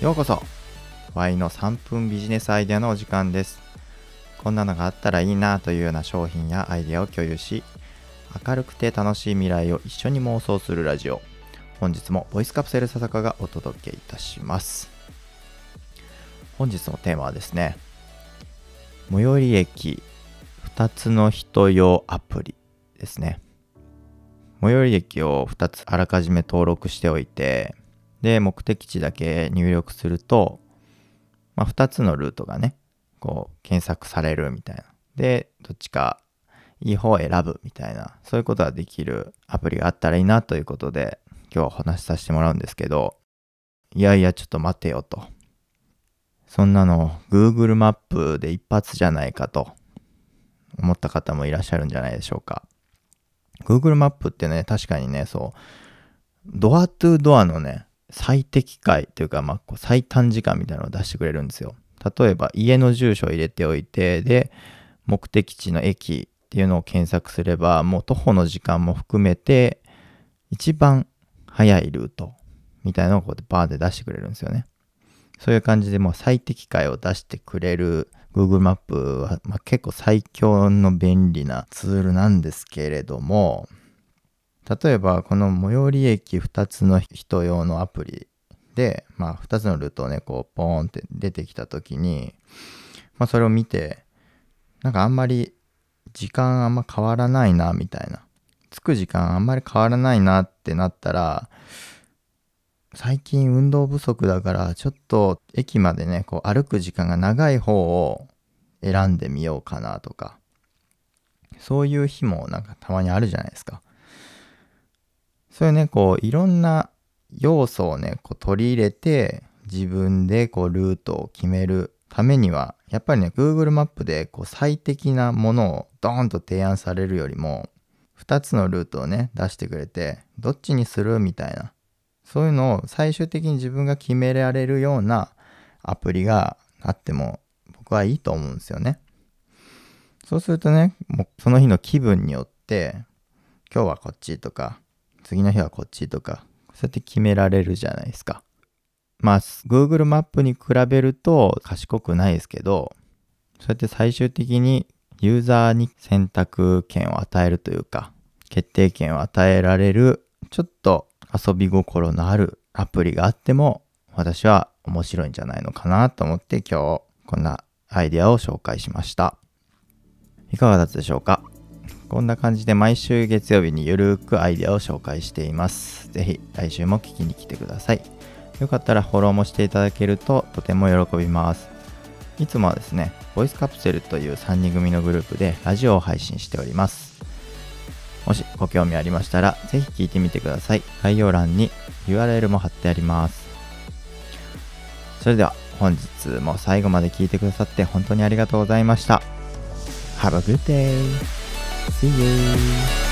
ようこそ。Y の3分ビジネスアイデアのお時間です。こんなのがあったらいいなというような商品やアイデアを共有し、明るくて楽しい未来を一緒に妄想するラジオ。本日もボイスカプセル笹香がお届けいたします。本日のテーマはですね、最寄り駅2つの人用アプリですね。最寄り駅を2つあらかじめ登録しておいて、で目的地だけ入力すると、2つのルートがねこう検索されるみたいな。でどっちかいい方を選ぶみたいな、そういうことができるアプリがあったらいいなということで今日はお話しさせてもらうんですけど、いやいやちょっと待てよと、そんなの Google マップで一発じゃないかと思った方もいらっしゃるんじゃないでしょうか。 Google マップってね、確かにね、そうドアトゥドアのね最適解というか、最短時間みたいなのを出してくれるんですよ。例えば家の住所を入れておいて、で目的地の駅っていうのを検索すれば、もう徒歩の時間も含めて一番早いルートみたいなのをこうやってバーンって出してくれるんですよね。そういう感じでもう最適解を出してくれる Google マップは、結構最強の便利なツールなんですけれども、例えばこの最寄り駅2つの人用のアプリで、2つのルートをねこうポーンって出てきた時に、それを見てなんかあんまり時間あんま変わらないなみたいな、着く時間あんまり変わらないなってなったら、最近運動不足だからちょっと駅までねこう歩く時間が長い方を選んでみようかなとか、そういう日もなんかたまにあるじゃないですか。そういうねこういろんな要素をねこう取り入れて自分でこうルートを決めるためには、やっぱりね Google マップでこう最適なものをドーンと提案されるよりも、2つのルートをね出してくれてどっちにするみたいな、そういうのを最終的に自分が決められるようなアプリがあっても僕はいいと思うんですよね。そうするとね、もうその日の気分によって今日はこっちとか次の日はこっちとか、そうやって決められるじゃないですか。Google マップに比べると賢くないですけど、そうやって最終的にユーザーに選択権を与えるというか、決定権を与えられる、ちょっと遊び心のあるアプリがあっても私は面白いんじゃないのかなと思って今日こんなアイデアを紹介しました。いかがだったでしょうか。こんな感じで毎週月曜日にゆるくアイデアを紹介しています。ぜひ来週も聞きに来てください。よかったらフォローもしていただけるととても喜びます。いつもはですね、ボイスカプセルという3人組のグループでラジオを配信しております。もしご興味ありましたらぜひ聞いてみてください。概要欄に URL も貼ってあります。それでは本日も最後まで聞いてくださって本当にありがとうございました。Have a good day! See you!